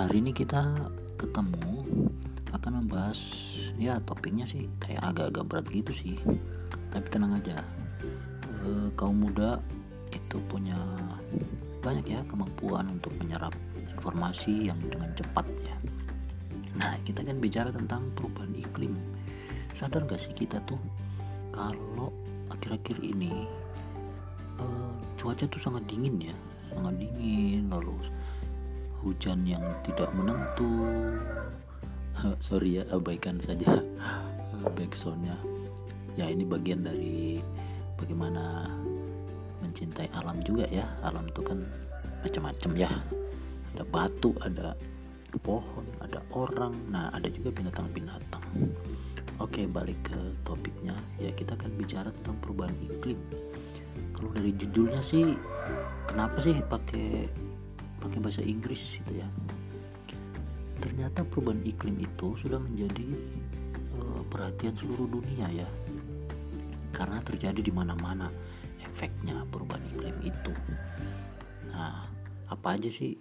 Hari ini kita ketemu akan membahas, ya topiknya sih kayak agak-agak berat gitu sih. Tapi tenang aja, kaum muda itu punya banyak ya kemampuan untuk menyerap informasi yang dengan cepat ya. Nah, kita kan bicara tentang perubahan iklim. Sadar gak sih kita tuh kalau akhir-akhir ini cuaca tuh sangat dingin, lalu hujan yang tidak menentu. Sorry ya, abaikan saja backsoundnya. Ya, ini bagian dari bagaimana mencintai alam juga ya. Alam itu kan macam-macam ya. Ada batu, ada pohon, ada orang, nah ada juga binatang-binatang. Oke, balik ke topiknya. Ya, kita akan bicara tentang perubahan iklim. Kalau dari judulnya sih, kenapa sih pakai bahasa Inggris gitu ya? Ternyata perubahan iklim itu sudah menjadi perhatian seluruh dunia ya, karena terjadi di mana-mana efeknya perubahan iklim itu. Nah, apa aja sih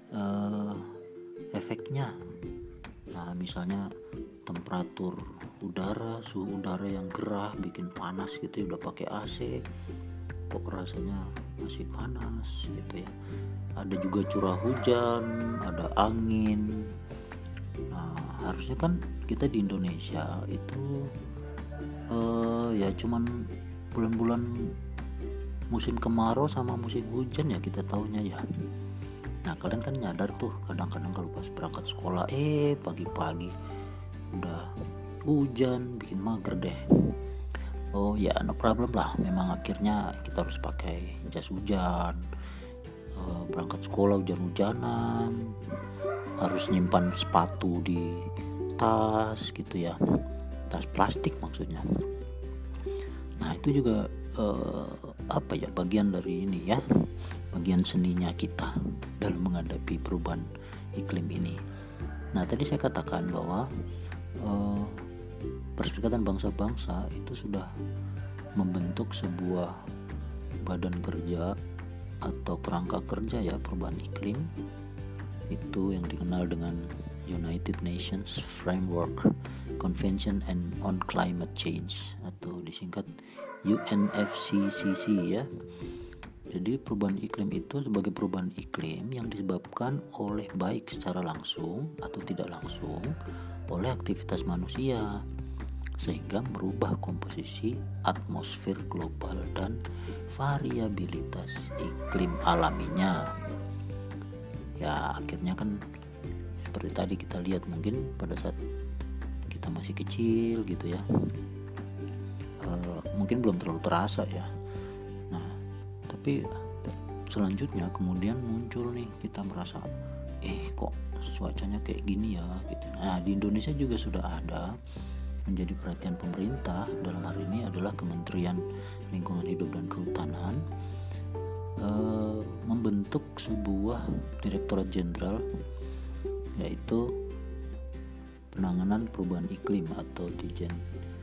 efeknya? Nah, misalnya temperatur udara, suhu udara yang gerah bikin panas gitu ya, udah pakai AC kok rasanya masih panas gitu ya. Ada juga curah hujan, ada angin. Nah, harusnya kan kita di Indonesia itu ya cuman bulan-bulan musim kemarau sama musim hujan ya kita taunya ya. Nah, kalian kan nyadar tuh kadang-kadang kalau pas berangkat sekolah pagi-pagi udah hujan, bikin mager deh. Oh ya, no problem lah, memang akhirnya kita harus pakai jas hujan. Berangkat sekolah hujan-hujanan, harus nyimpan sepatu di tas gitu ya, tas plastik maksudnya. Nah, itu juga bagian dari ini ya, bagian seninya kita dalam menghadapi perubahan iklim ini. Nah, tadi saya katakan bahwa Perserikatan Bangsa-Bangsa itu sudah membentuk sebuah badan kerja atau kerangka kerja ya perubahan iklim, itu yang dikenal dengan United Nations Framework Convention on Climate Change atau disingkat UNFCCC ya. Jadi perubahan iklim itu sebagai perubahan iklim yang disebabkan oleh baik secara langsung atau tidak langsung oleh aktivitas manusia, sehingga merubah komposisi atmosfer global dan variabilitas iklim alaminya. Ya, akhirnya kan seperti tadi kita lihat mungkin pada saat kita masih kecil gitu ya, mungkin belum terlalu terasa ya. Nah, tapi selanjutnya kemudian muncul nih, kita merasa kok cuacanya kayak gini ya gitu. Nah, di Indonesia juga sudah ada, menjadi perhatian pemerintah dalam hari ini adalah Kementerian Lingkungan Hidup dan Kehutanan membentuk sebuah Direktorat Jenderal, yaitu Penanganan Perubahan Iklim atau Dijen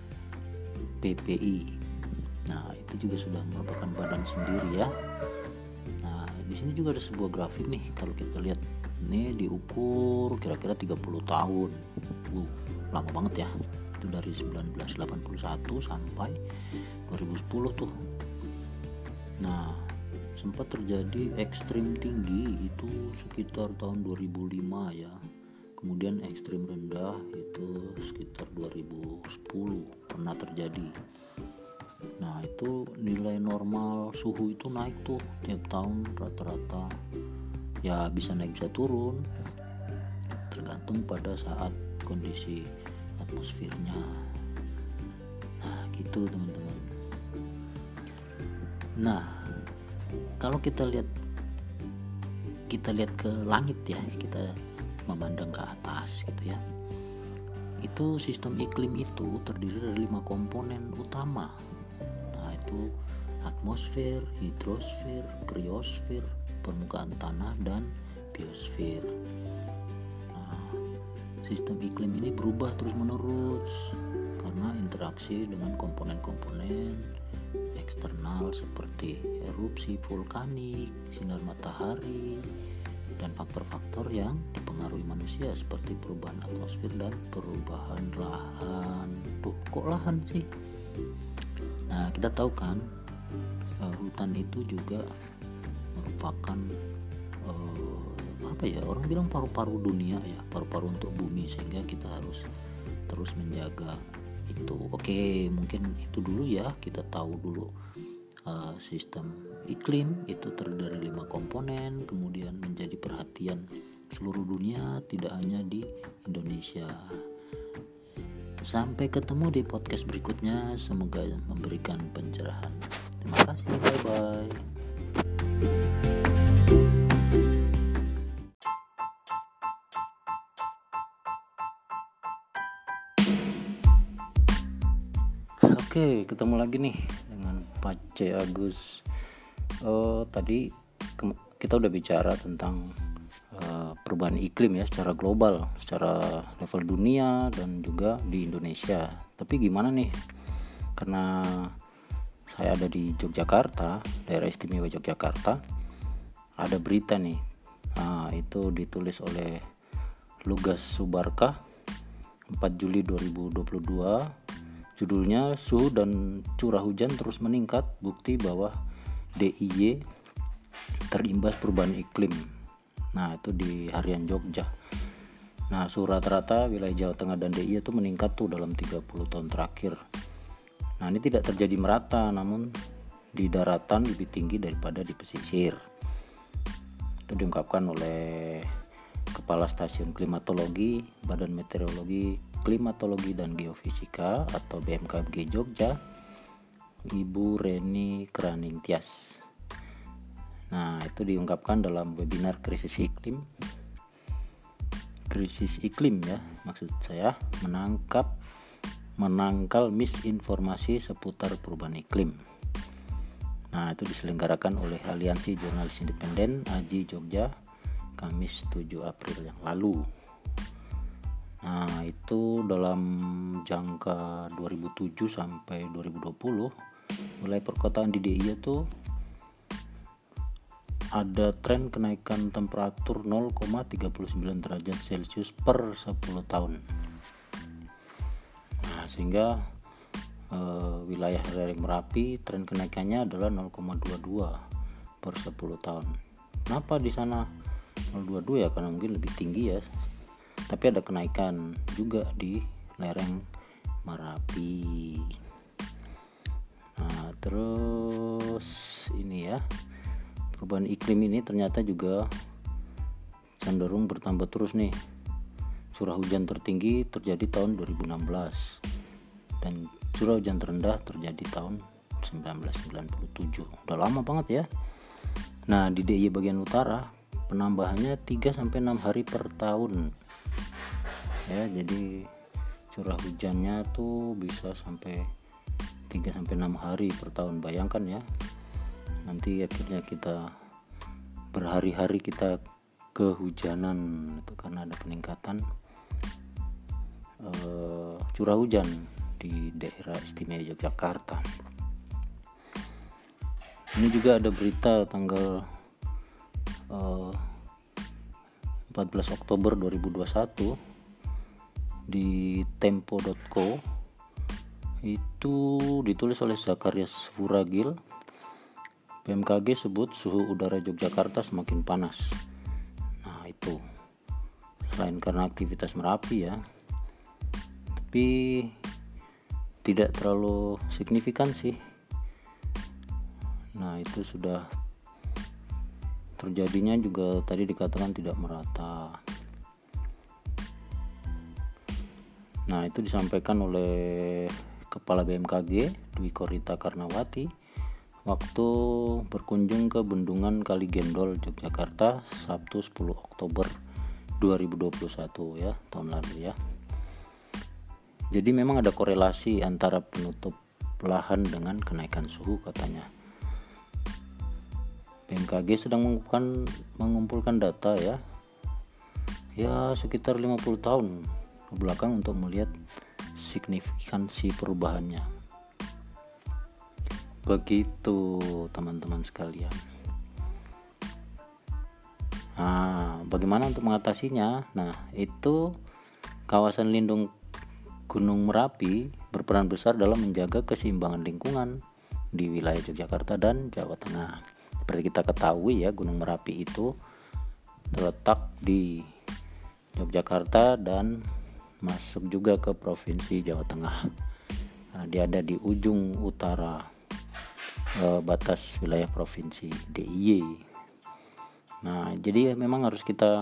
PPI. Nah, itu juga sudah merupakan badan sendiri ya. Nah, di sini juga ada sebuah grafik nih, kalau kita lihat ini diukur kira-kira 30 tahun. Lama banget ya. Itu dari 1981 sampai 2010 tuh. Nah, sempat terjadi ekstrim tinggi itu sekitar tahun 2005 ya. Kemudian ekstrim rendah itu sekitar 2010 pernah terjadi. Nah, itu nilai normal suhu itu naik tuh tiap tahun rata-rata. Ya, bisa naik bisa turun tergantung pada saat kondisi atmosfernya. Nah, gitu teman-teman. Nah, kalau kita lihat ke langit ya, kita memandang ke atas gitu ya, itu sistem iklim itu terdiri dari 5 komponen utama. Nah, itu atmosfer, hidrosfer, kriosfer, permukaan tanah, dan biosfer. Nah, sistem iklim ini berubah terus-menerus karena interaksi dengan komponen-komponen eksternal seperti erupsi vulkanik, sinar matahari, dan faktor-faktor yang dipengaruhi manusia seperti perubahan atmosfer dan perubahan lahan. Kok lahan sih? Nah, kita tahu kan hutan itu juga merupakan orang bilang paru-paru dunia ya, paru-paru untuk bumi, sehingga kita harus terus menjaga itu. Oke, mungkin itu dulu ya, kita tahu dulu sistem iklim itu terdiri dari 5 komponen, kemudian menjadi perhatian seluruh dunia, tidak hanya di Indonesia. Sampai ketemu di podcast berikutnya, semoga memberikan pencerahan. Terima kasih, bye-bye. Oke, ketemu lagi nih dengan Pace Agus. Tadi kita udah bicara tentang perubahan iklim ya secara global, secara level dunia dan juga di Indonesia. Tapi gimana nih? Karena saya ada di Yogyakarta, daerah istimewa Yogyakarta, ada berita nih. Nah, itu ditulis oleh Lugas Subarkah 4 Juli 2022. Judulnya, suhu dan curah hujan terus meningkat, bukti bahwa DIY terimbas perubahan iklim. Nah, itu di harian Jogja. Nah, suhu rata-rata wilayah Jawa Tengah dan DIY itu meningkat tuh dalam 30 tahun terakhir. Nah, ini tidak terjadi merata, namun di daratan lebih tinggi daripada di pesisir. Itu diungkapkan oleh Kepala Stasiun Klimatologi Badan Meteorologi, Klimatologi dan Geofisika atau BMKG Jogja, Ibu Reni Kraningtyas. Nah, itu diungkapkan dalam webinar krisis iklim ya, maksud saya menangkal misinformasi seputar perubahan iklim. Nah, itu diselenggarakan oleh Aliansi Jurnalis Independen AJI Jogja Kamis 7 April yang lalu. Nah, itu dalam jangka 2007 sampai 2020 wilayah perkotaan di DIY itu ada tren kenaikan temperatur 0,39 derajat Celcius per 10 tahun. Nah, sehingga wilayah lereng Merapi tren kenaikannya adalah 0,22 per 10 tahun. Kenapa di sana 0,22 ya? Karena mungkin lebih tinggi ya. Tapi ada kenaikan juga di lereng Merapi. Nah, terus ini ya, perubahan iklim ini ternyata juga cenderung bertambah terus nih. Curah hujan tertinggi terjadi tahun 2016 dan curah hujan terendah terjadi tahun 1997. Udah lama banget ya. Nah, di DIY bagian utara penambahannya 3-6 hari per tahun. Ya, jadi curah hujannya tuh bisa sampai 3-6 hari per tahun. Bayangkan ya, nanti akhirnya kita berhari-hari kita kehujanan itu karena ada peningkatan curah hujan di daerah istimewa Yogyakarta. Ini juga ada berita tanggal 14 Oktober 2021 di tempo.co, itu ditulis oleh Zakarias Furagil. BMKG sebut suhu udara Yogyakarta semakin panas. Nah, itu selain karena aktivitas Merapi ya, tapi tidak terlalu signifikan sih. Nah, itu sudah terjadinya juga tadi dikatakan tidak merata. Nah, itu disampaikan oleh Kepala BMKG Dwi Korita Karnawati waktu berkunjung ke Bendungan Kali Gendol Yogyakarta Sabtu 10 Oktober 2021 ya, tahun lalu ya. Jadi memang ada korelasi antara penutup lahan dengan kenaikan suhu katanya. BMKG sedang mengumpulkan data ya sekitar 50 tahun ke belakang untuk melihat signifikansi perubahannya. Begitu teman-teman sekalian. Nah, bagaimana untuk mengatasinya? Nah, itu kawasan lindung Gunung Merapi berperan besar dalam menjaga keseimbangan lingkungan di wilayah Yogyakarta dan Jawa Tengah. Seperti kita ketahui ya, Gunung Merapi itu terletak di Yogyakarta dan masuk juga ke Provinsi Jawa Tengah. Nah, dia ada di ujung utara batas wilayah Provinsi DIY. Nah, jadi memang harus kita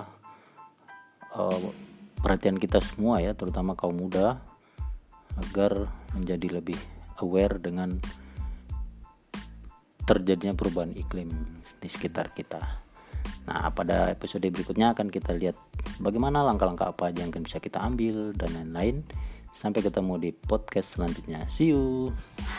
perhatian kita semua ya, terutama kaum muda, agar menjadi lebih aware dengan terjadinya perubahan iklim di sekitar kita. Nah, pada episode berikutnya akan kita lihat bagaimana langkah-langkah apa aja yang akan bisa kita ambil dan lain-lain. Sampai ketemu di podcast selanjutnya. See you.